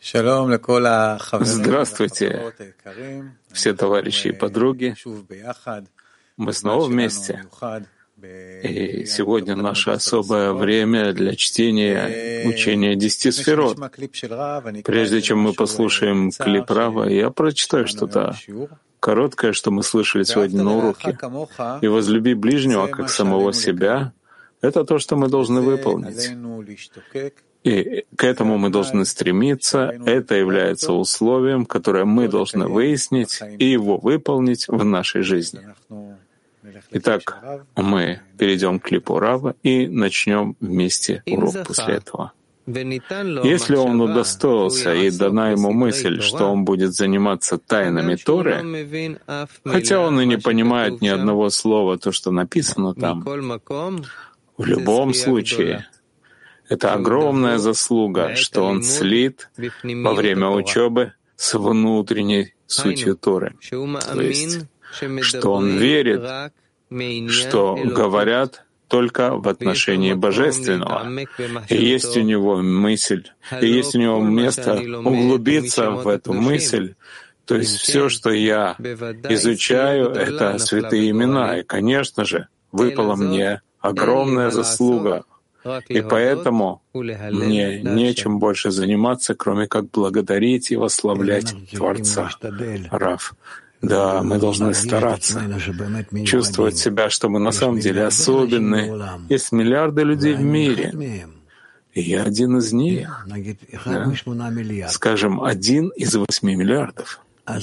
Здравствуйте, все товарищи и подруги. Мы снова вместе. И сегодня наше особое время для чтения учения 10 сферот. Прежде чем мы послушаем клип Рава, я прочитаю что-то короткое, что мы слышали сегодня на уроке. «И возлюби ближнего, как самого себя» — это то, что мы должны выполнить. И к этому мы должны стремиться. Это является условием, которое мы должны выяснить и его выполнить в нашей жизни. Итак, мы перейдем к клипу Рава и начнем вместе урок после этого. Если он удостоился и дана ему мысль, что он будет заниматься тайнами Торы, хотя он и не понимает ни одного слова, то, что написано там, в любом случае, это огромная заслуга, что он слит во время учебы с внутренней сутью Торы. То есть, что он верит, что говорят только в отношении Божественного. И есть у него мысль, и есть у него место углубиться в эту мысль. То есть все, что я изучаю, это святые имена. И, конечно же, выпала мне огромная заслуга. И поэтому мне нечем больше заниматься, кроме как благодарить и восславлять Творца. Рав. Да, мы должны стараться, чувствовать себя, что мы на самом деле особенные. Есть миллиарды людей в мире, и я один из них. Да? Скажем, 1 из 8 миллиардов.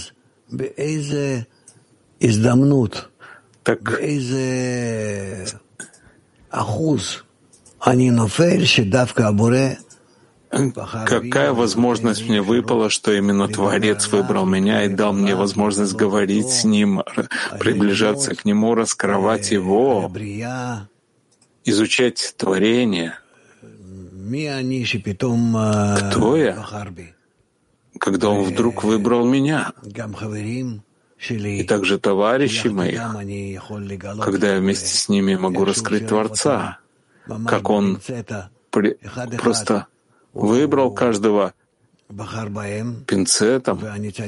Так какая возможность мне выпала, что именно Творец выбрал меня и дал мне возможность говорить с Ним, приближаться к Нему, раскрывать Его, изучать творение? Кто я, когда Он вдруг выбрал меня? И также товарищи моих, когда я вместе с ними могу раскрыть Творца, как Он просто выбрал каждого пинцетом,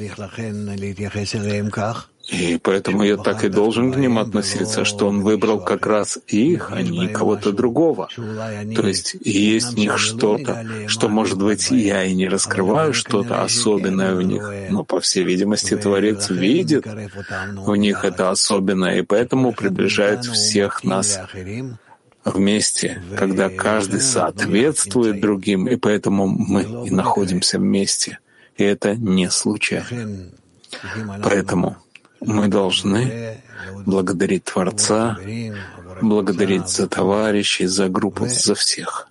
и поэтому я так и должен к ним относиться, что он выбрал как раз их, а не кого-то другого. То есть есть в них что-то, что, может быть, я и не раскрываю что-то особенное в них, но, по всей видимости, Творец видит в них это особенное, и поэтому приближает всех нас вместе, когда каждый соответствует другим, и поэтому мы и находимся вместе. И это не случайно. Поэтому мы должны благодарить Творца, благодарить за товарищей, за группу, за всех.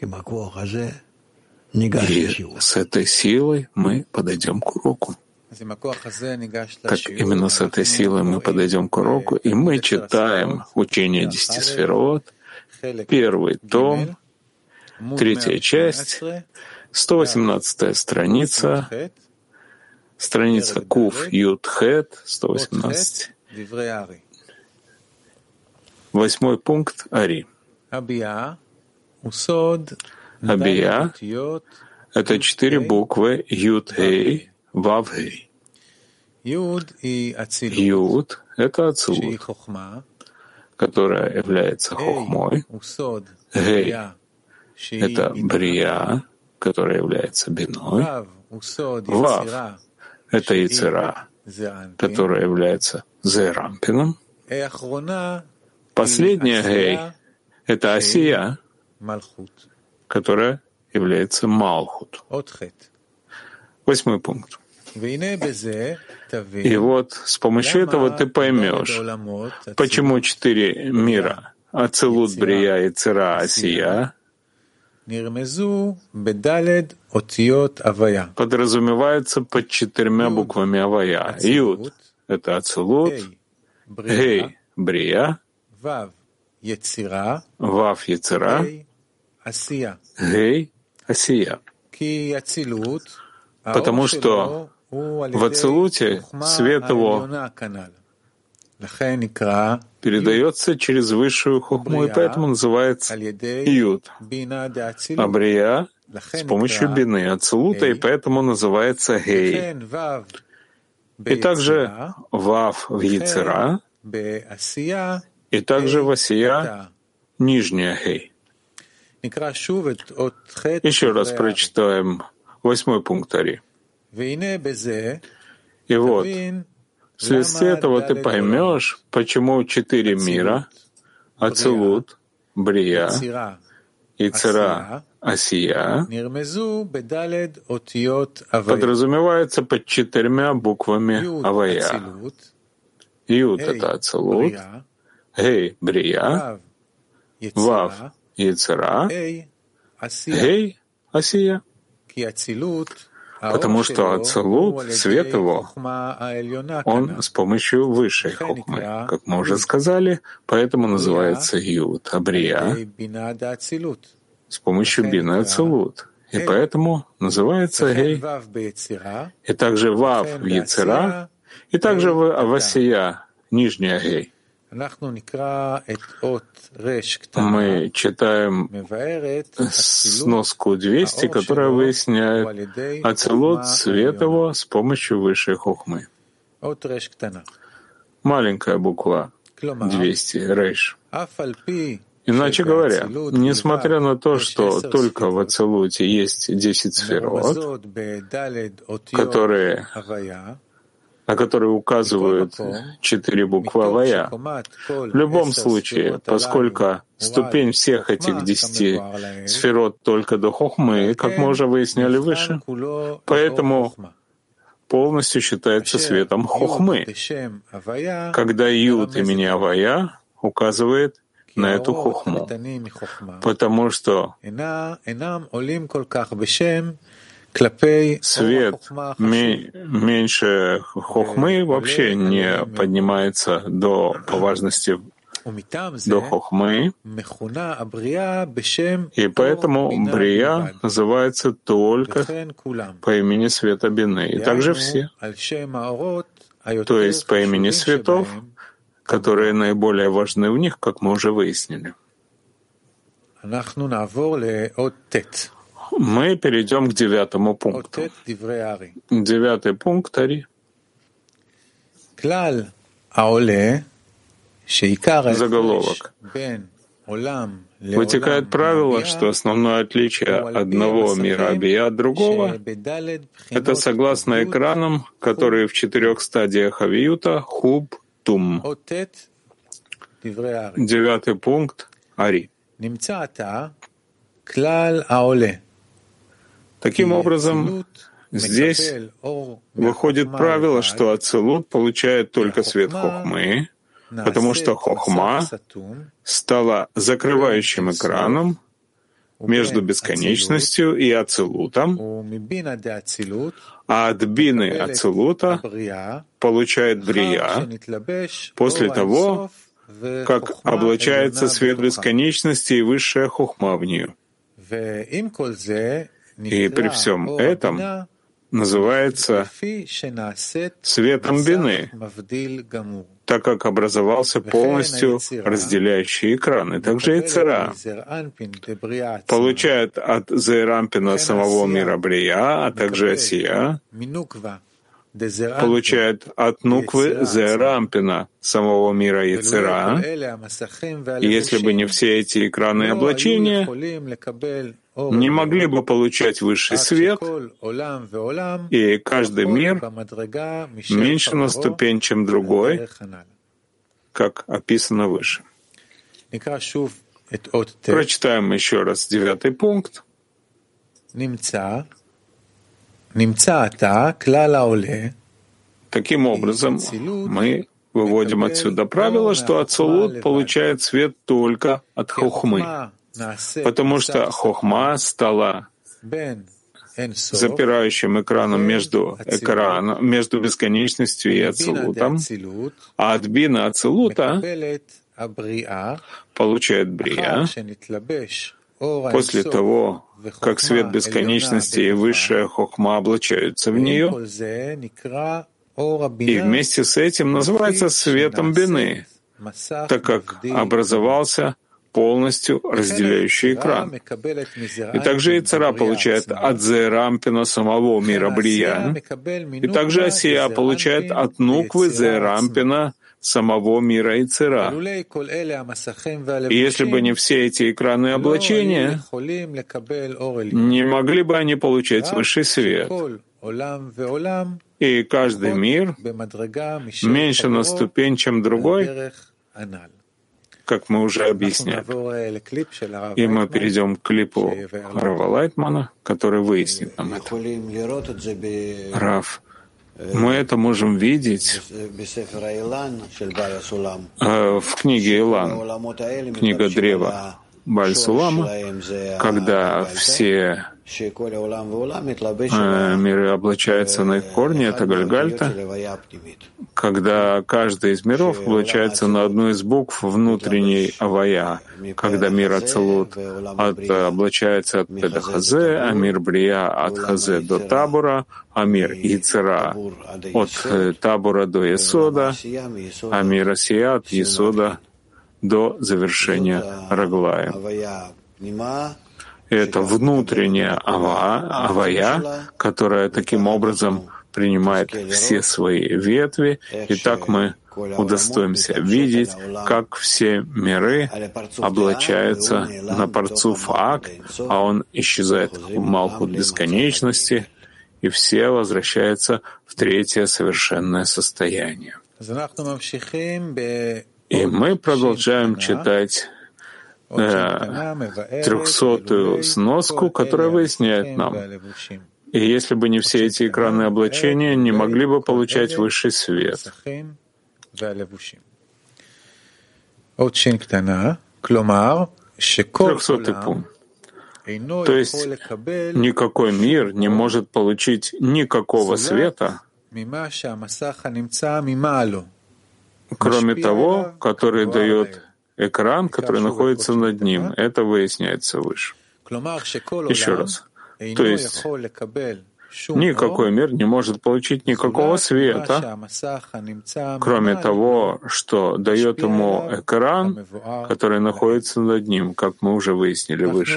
И с этой силой мы подойдем к уроку. Так именно с этой силой мы подойдем к уроку, и мы читаем учение 10 сферот, 1 том, 3 часть, 118 страница, страница Куф Ют Хет, 118, 8 пункт Ари. Абия — это 4 буквы Ют Хей, Вав Хей. Юд — это Ацилут, которая является хохмой. Гей — это брия, которая является биной. Вав — это яцера, которая является зерампином. Последняя гей — это асия, которая является малхут. 8 пункт. И вот с помощью этого ты поймешь, почему 4 мира — Ацилут, Брия, Яцера, Асия — подразумеваются под 4 буквами Авая. Юд — это Ацилут, Гей — Брия, Вав — Яцера, Гей — Асия. Потому что в Ацилуте свет его передается через высшую хохму, и поэтому называется Юд. А Брия с помощью бины ацилута, и поэтому называется гей. И также вав в яцера, и также в асия нижняя гей. Еще раз прочитаем 8 пункт Ари. И вот, вследствие этого ты поймешь, почему 4 мира — Ацилут, Брия, Яцера, Асия — подразумеваются под 4 буквами Авая. Юд — это Ацилут, Гей — Брия, Вав — Яцера, Гей — Асия. Потому что Ацилут, свет его, он с помощью высшей хохмы, как мы уже сказали, поэтому называется Юд, а Брия с помощью бины Ацилут, и поэтому называется Гей. И также Вав в Яцера, и также в Асия, нижняя Гей. Мы читаем сноску 200, которая выясняет Ацилут, свет его, с помощью высшей хохмы. Маленькая буква 200, рейш. Иначе говоря, несмотря на то, что только в Ацилуте есть 10 сферот, на которые указывают 4 буквы Авая. В любом случае, поскольку ступень всех этих 10 сферот только до хохмы, как мы уже выясняли выше, поэтому полностью считается светом хохмы, когда Юд имени Авая указывает на эту хохму, потому что свет меньше хохмы вообще не поднимается по важности до хохмы, и поэтому Брия называется только по имени света бины, и также все, то есть по имени светов, которые наиболее важны в них, как мы уже выяснили. Мы перейдем к 9 пункту. 9 пункт Ари. Заголовок. Вытекает правило, что основное отличие одного мира Абия от другого — это согласно экранам, которые в 4 стадиях Авиюта — Хуб, Тум. 9 пункт Ари. Таким образом, здесь выходит правило, что Ацилут получает только свет хохмы, потому что хохма стала закрывающим экраном между бесконечностью и Ацилутом, а от бины Ацилута получает Брия после того, как облачается свет бесконечности и высшая хохма в нее. И при всем этом называется светом бины, так как образовался полностью разделяющий экран. И также Яцера получает от Зеэрампина самого мира Брия, а также Асия получает от Нуквы Зеэрампина самого мира Яцера. И если бы не все эти экраны и облачения, не могли бы получать высший свет, и каждый мир меньше на ступень, чем другой, как описано выше. Прочитаем еще раз 9 пункт. Таким образом, мы выводим отсюда правило, что Ацилут получает свет только от хохмы, потому что хохма стала запирающим экраном между бесконечностью и Ацилутом, а от бины Ацилута получает Брия после того, как свет бесконечности и высшая хохма облачаются в нее, и вместе с этим называется светом бины, так как образовался полностью разделяющий экран. И также Ецара получает от Зерампина самого мира Брия, и также Осия получает от Нуквы Зерампина самого мира Ецара. И если бы не все эти экраны и облачения, не могли бы они получать высший свет. И каждый мир меньше на ступень, чем другой, как мы уже объясняли. И мы перейдем к клипу Рава Лайтмана, который выяснит нам это. Рав, мы это можем видеть в книге Илан, книга древа Бааль Сулама, когда все миры облачаются на их корни, это Гальгальта, когда каждый из миров облачается на одну из букв внутренней Авая, когда мир Ацелут облачается от Теда Хазе, а мир Брия от Хазе до Табура, а мир Ецара от Табура до Есода, а мир Осия от Есода до завершения Раглая. Это внутренняя Авая, которая таким образом принимает все свои ветви, и так мы удостоимся видеть, как все миры облачаются на Парцуф Ак, а он исчезает в Малхут бесконечности, и все возвращаются в третье совершенное состояние. И мы продолжаем читать 300-ю сноску, которая выясняет нам, и если бы не все эти экраны облачения, не могли бы получать высший свет. 300-й пункт. То есть никакой мир не может получить никакого света, кроме того, который дает экран, который находится над ним. Это выясняется выше. Еще раз. То есть никакой мир не может получить никакого света, кроме того, что дает ему экран, который находится над ним, как мы уже выяснили выше.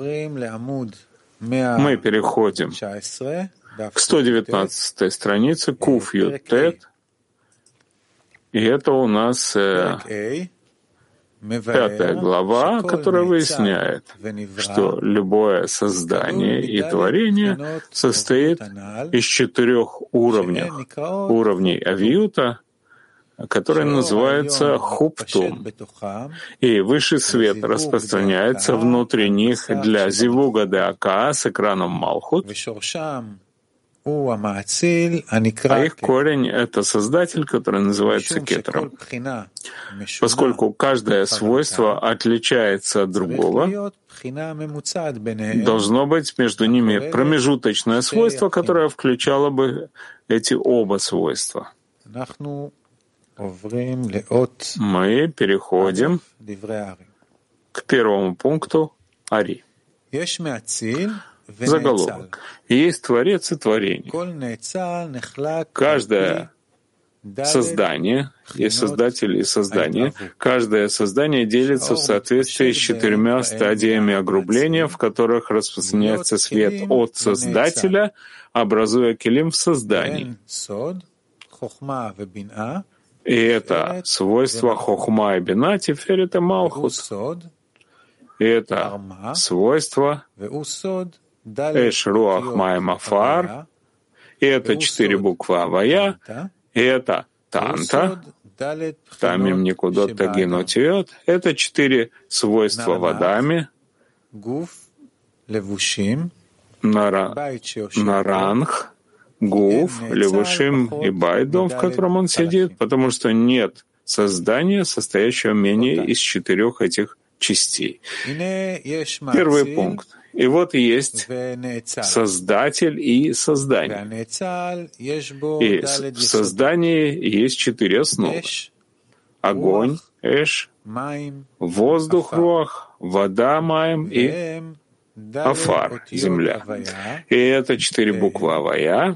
Мы переходим к 119-й странице, Куф Ют Тет, и это у нас 5 глава, которая выясняет, что любое создание и творение состоит из 4 уровней авиюта, который называется хуптум. И высший свет распространяется внутри них для зивуга де Ака с экраном Малхут, а их корень — это Создатель, который называется Кетером. Поскольку каждое свойство отличается от другого, должно быть между ними промежуточное свойство, которое включало бы эти оба свойства. Мы переходим к первому пункту Ари. Заголовок. Есть Творец и творение. Каждое создание, есть Создатель и создание, каждое создание делится в соответствии с 4 стадиями огрубления, в которых распространяется свет от Создателя, образуя келим в создании. И это свойство Хохма и Бина, теперь это Малхут. И это свойство Эш Руах Маим Афар, и это 4 буквы Авая, и это Танта, Тамим Никудот Тагинотиот, это 4 свойства Вадами, Наранх, Гуф, Левушим и Байт, дом, в котором он сидит, потому что нет создания, состоящего менее из 4 этих частей. Первый пункт. И вот есть Создатель и создание. И в создании есть 4 основы. Огонь, Эш, воздух, Руах, вода, Маем и Афар, земля. И это 4 буквы Авая.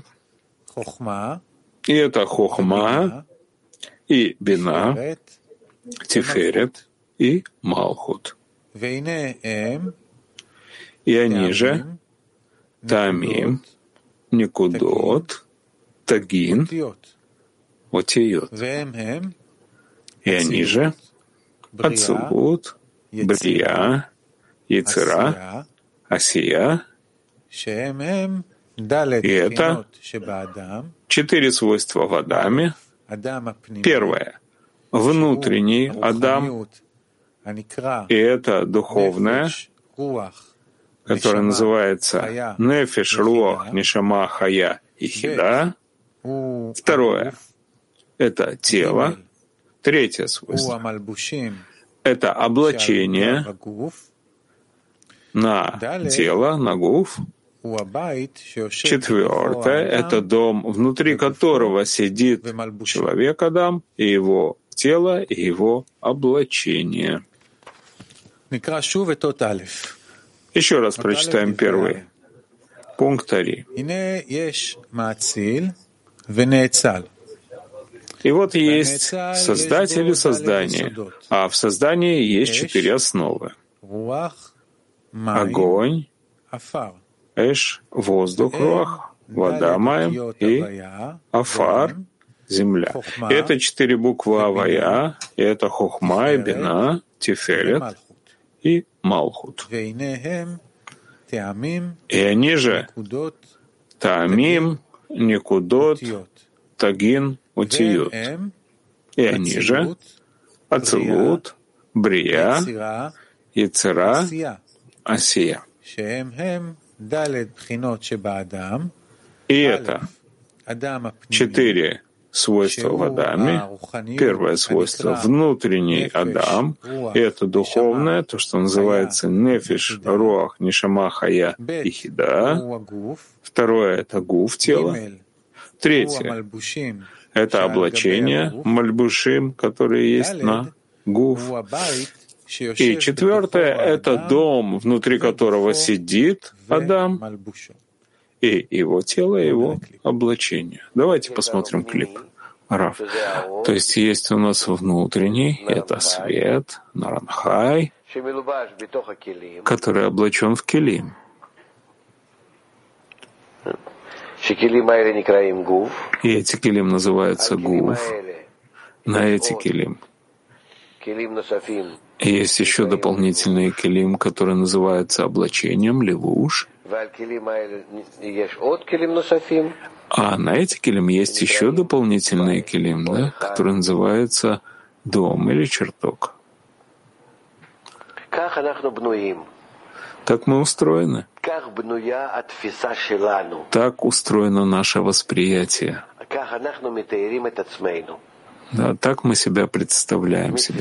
И это Хохма, и Бина, Тиферет и Малхут. И они же Тамим, Никудот, Тагин, Отиот. И они же Ацилут, Брия, Яцера, Асия. И это 4 свойства в Адаме. Первое — внутренний Адам, и это духовное, которое называется Нефеш, Руах, Нишама, Хая и Хида. Второе — это тело. Третье свойство — это облачение на тело, на гуф. Четвертое — это дом, внутри которого сидит человек Адам, и его тело, и его облачение. Еще раз прочитаем первый. Пункт Ари. И вот есть Создатель и создание, а в создании есть 4 основы. Огонь, Эш, воздух, руах, вода, маем и афар, земля. И это 4 буквы Авая, и это Хохма, и Бина, Тиферет и Малхут. И они же Таамим, Никудот, Тагин, Утиют. И они же Ацилут, Брия, Яцера, Асия. И это 4 свойства в Адаме. Первое свойство — внутренний Адам, и это духовное, то, что называется Нефиш, Руах, Нишама, Хая и Хида. Второе — это гуф, тело. Третье — это облачение, мальбушим, которые есть на гуф. И четвертое — это дом, внутри которого сидит Адам, и его тело, и его облачение. Давайте посмотрим клип. Рав. То есть есть у нас внутренний, это свет, Наранхай, который облачен в келим. И эти келим называются гуф. На эти келим есть еще дополнительные келим, которые называются облачением, левуш. А на эти келим есть еще дополнительные келим, да, которые называются дом или чертог. Так мы устроены. Так устроено наше восприятие. Да, так мы себя представляем себе.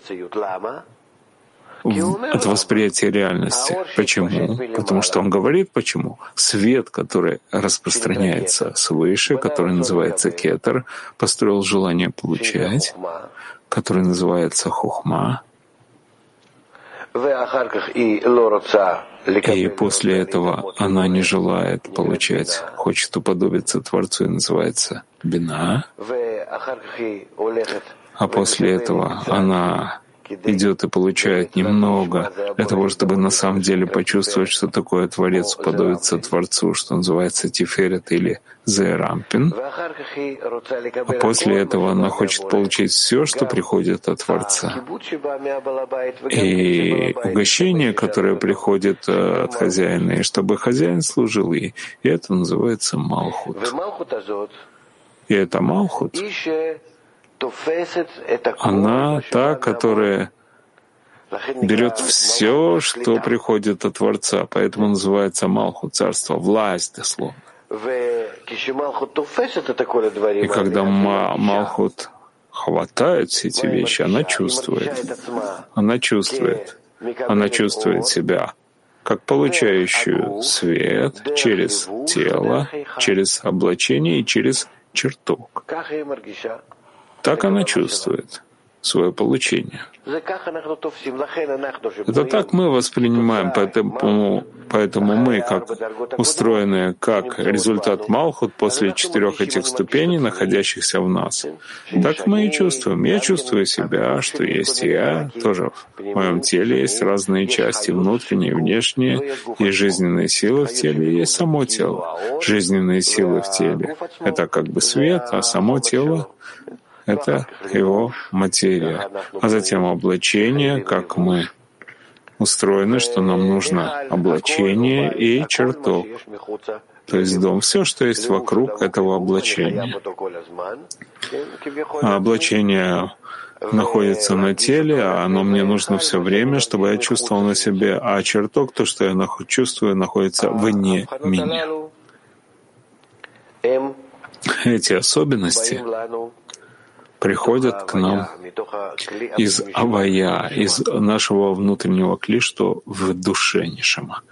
От восприятия реальности. Почему? Потому что он говорит, почему. Свет, который распространяется свыше, который называется кетер, построил желание получать, который называется хохма. И после этого она не желает получать, хочет уподобиться Творцу, и называется бина. А после этого она идет и получает немного для того, чтобы на самом деле почувствовать, что такое Творец, уподобиться Творцу, что называется Тиферет или Зерампин. А после этого она хочет получить все, что приходит от Творца. И угощение, которое приходит от хозяина, и чтобы хозяин служил ей. И это называется Малхут. И это Малхут. Она та, которая берет все, что приходит от Творца, поэтому называется Малхут, царство, власть, дословно. И когда Малхут хватает все эти вещи, она чувствует себя как получающую свет через тело, через облачение и через чертог. Так она чувствует. свое получение. Это так мы воспринимаем, поэтому мы, как устроены как результат Малхут после 4 этих ступеней, находящихся в нас, так мы и чувствуем. Я чувствую себя, что есть я, тоже в моем теле есть разные части, внутренние, внешние, есть жизненные силы в теле, есть само тело. Жизненные силы в теле — это как бы свет, а само тело — это его материя. А затем облачение, как мы устроены, что нам нужно облачение и чертог, то есть дом, все, что есть вокруг этого облачения. А облачение находится на теле, а оно мне нужно все время, чтобы я чувствовал на себе, а чертог, то, что я чувствую, находится вне меня. Эти особенности приходят к нам из авая, из нашего внутреннего кли, что в душе Нишама.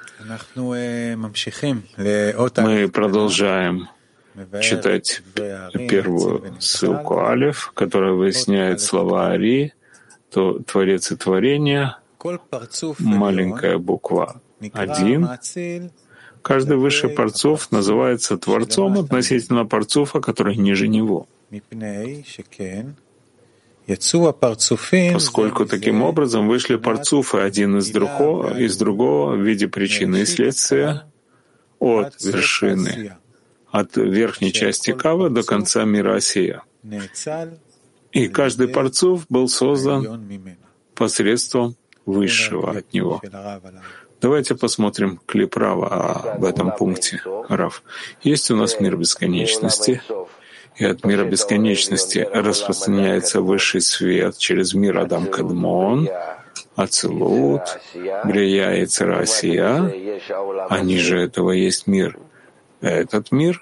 Мы продолжаем читать первую ссылку Алеф, которая выясняет слова Ари, то Творец и Творение, маленькая буква 1. Каждый высший парцуф называется Творцом относительно парцуфа, который ниже него. Поскольку таким образом вышли парцуфы один из другого в виде причины и следствия от вершины, от верхней части Кава до конца мира Осия. И каждый парцуф был создан посредством высшего от него. Давайте посмотрим клип Рава в этом пункте. Рав. Есть у нас мир бесконечности, и от мира бесконечности распространяется высший свет через мир Адам Кадмон, Ацилут, Брия и Цера Осия, а ниже этого есть мир. Этот мир,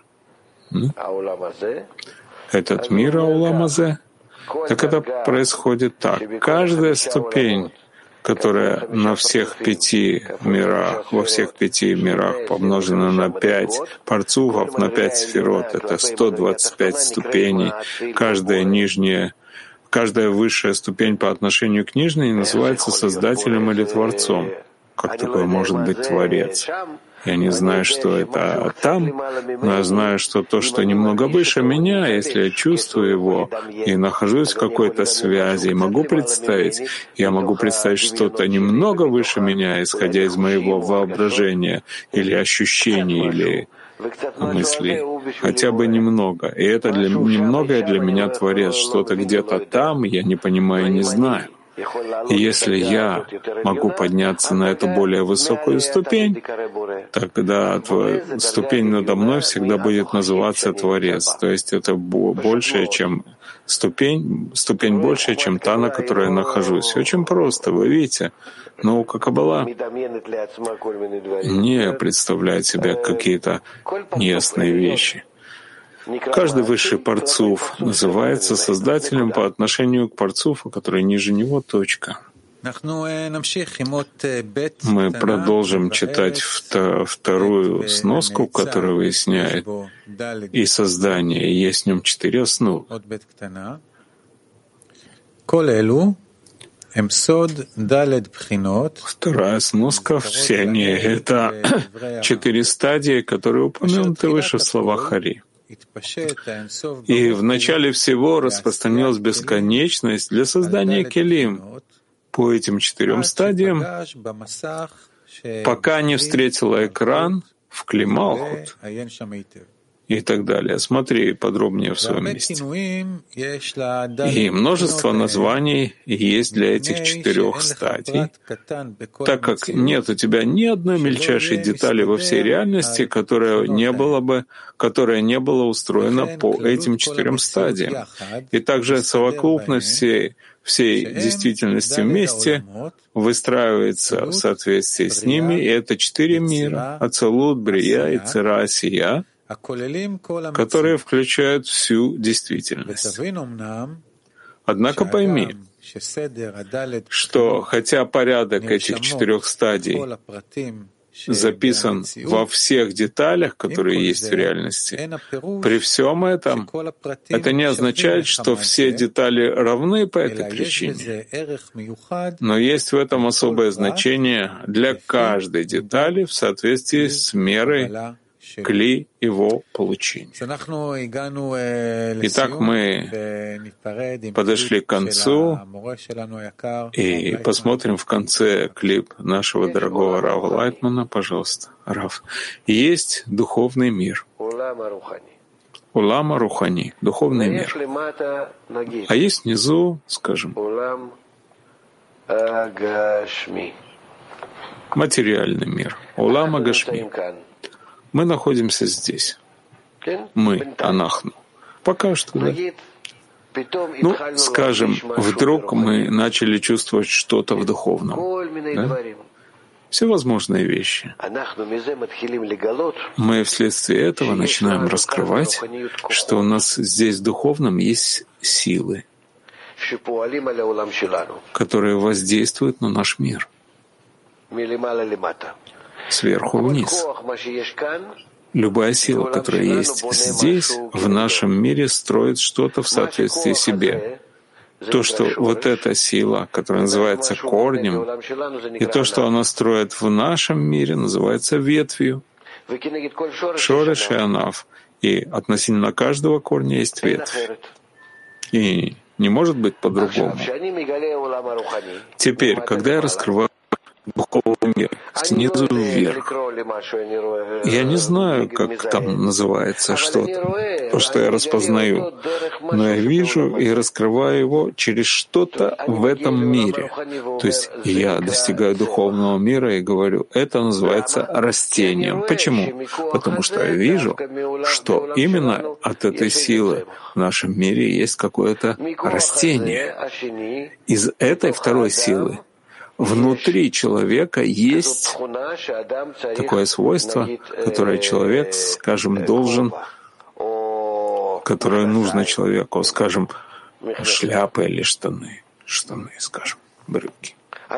Аулам Азе, так это происходит так. Каждая ступень, которая на всех 5 мирах, во всех 5 мирах помножена на 5 парцуфов, на 5 сферот, это 125 ступеней. Каждая высшая ступень по отношению к нижней называется Создателем или Творцом. Как такое может быть Творец? Я не знаю, что это там, но я знаю, что то, что немного выше меня, если я чувствую его и нахожусь в какой-то связи, могу представить что-то немного выше меня, исходя из моего воображения или ощущений, или мыслей, хотя бы немного. И это немногое для меня Творец, что-то где-то там, я не понимаю и не знаю. И если я могу подняться на эту более высокую ступень, тогда ступень надо мной всегда будет называться Творец. То есть это большее, чем ступень больше, чем та, на которой я нахожусь. Очень просто, вы видите. Наука Каббала не представляет себе какие-то неясные вещи. Каждый высший парцуф называется Создателем по отношению к парцуфу, который ниже него, точка. Мы продолжим читать вторую сноску, которая выясняет и создание, и есть в нем 4 основы. Вторая сноска, все они — это 4 стадии, которые упомянуты выше в словах Ари. И в начале всего распространилась бесконечность для создания келим по этим 4 стадиям, пока не встретила экран в Кли Малхут и так далее. Смотри подробнее в своем месте. И множество названий есть для этих 4 стадий, так как нет у тебя ни одной мельчайшей детали во всей реальности, которая не была устроена по этим 4 стадиям. И также совокупность всей действительности вместе выстраивается в соответствии с ними, и это 4 мира — Ацилут, Брия и Цера Осия, которые включают всю действительность. Однако пойми, что хотя порядок этих 4 стадий записан во всех деталях, которые есть в реальности. При всем этом, это не означает, что все детали равны по этой причине. Но есть в этом особое значение для каждой детали в соответствии с мерой кли его получения. Итак, мы подошли к концу и посмотрим в конце клип нашего дорогого Рава Лайтмана, пожалуйста, Рав. Есть духовный мир. Улама Рухани, духовный мир. А есть внизу, скажем, материальный мир. Улама Гашми. Мы находимся здесь. Мы, Анахну. Пока что, да. Ну, скажем, вдруг мы начали чувствовать что-то в духовном. Да? Всевозможные вещи. Мы вследствие этого начинаем раскрывать, что у нас здесь в духовном есть силы, которые воздействуют на наш мир. Сверху вниз. Любая сила, которая есть здесь, в нашем мире, строит что-то в соответствии себе. То, что вот эта сила, которая называется корнем, и то, что она строит в нашем мире, называется ветвью. Шореш и Анав. И относительно каждого корня есть ветвь. И не может быть по-другому. Теперь, когда я раскрываю духовный мир снизу вверх, я не знаю, как там называется что-то, то, что я распознаю, но я вижу и раскрываю его через что-то в этом мире. То есть я достигаю духовного мира и говорю, это называется растением. Почему? Потому что я вижу, что именно от этой силы в нашем мире есть какое-то растение. Из этой второй силы внутри человека есть такое свойство, которое человек, скажем, должен, которое нужно человеку, скажем, шляпа или штаны, скажем, брюки.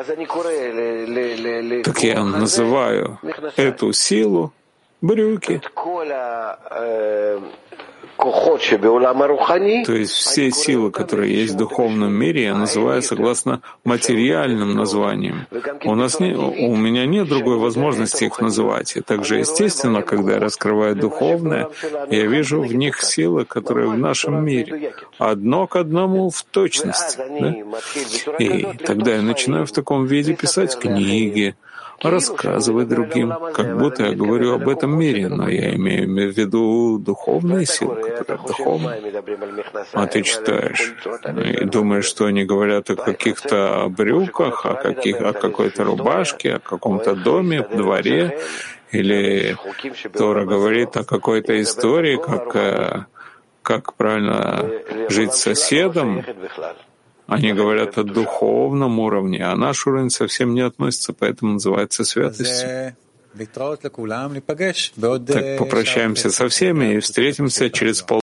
Так я называю эту силу брюки. То есть все силы, которые есть в духовном мире, я называю согласно материальным названиям. У меня нет другой возможности их называть. И также естественно, когда я раскрываю духовное, я вижу в них силы, которые в нашем мире. Одно к одному в точности. Да? И тогда я начинаю в таком виде писать книги, рассказывать другим, как будто я говорю об этом мире, но я имею в виду духовные силы, которые духовные. А ты читаешь и думаешь, что они говорят о каких-то брюках, о какой-то рубашке, о каком-то доме, дворе, или Тора говорит о какой-то истории, как правильно жить с соседом. Они говорят о духовном уровне, а наш уровень совсем не относится, поэтому называется святостью. Так, попрощаемся со всеми и встретимся через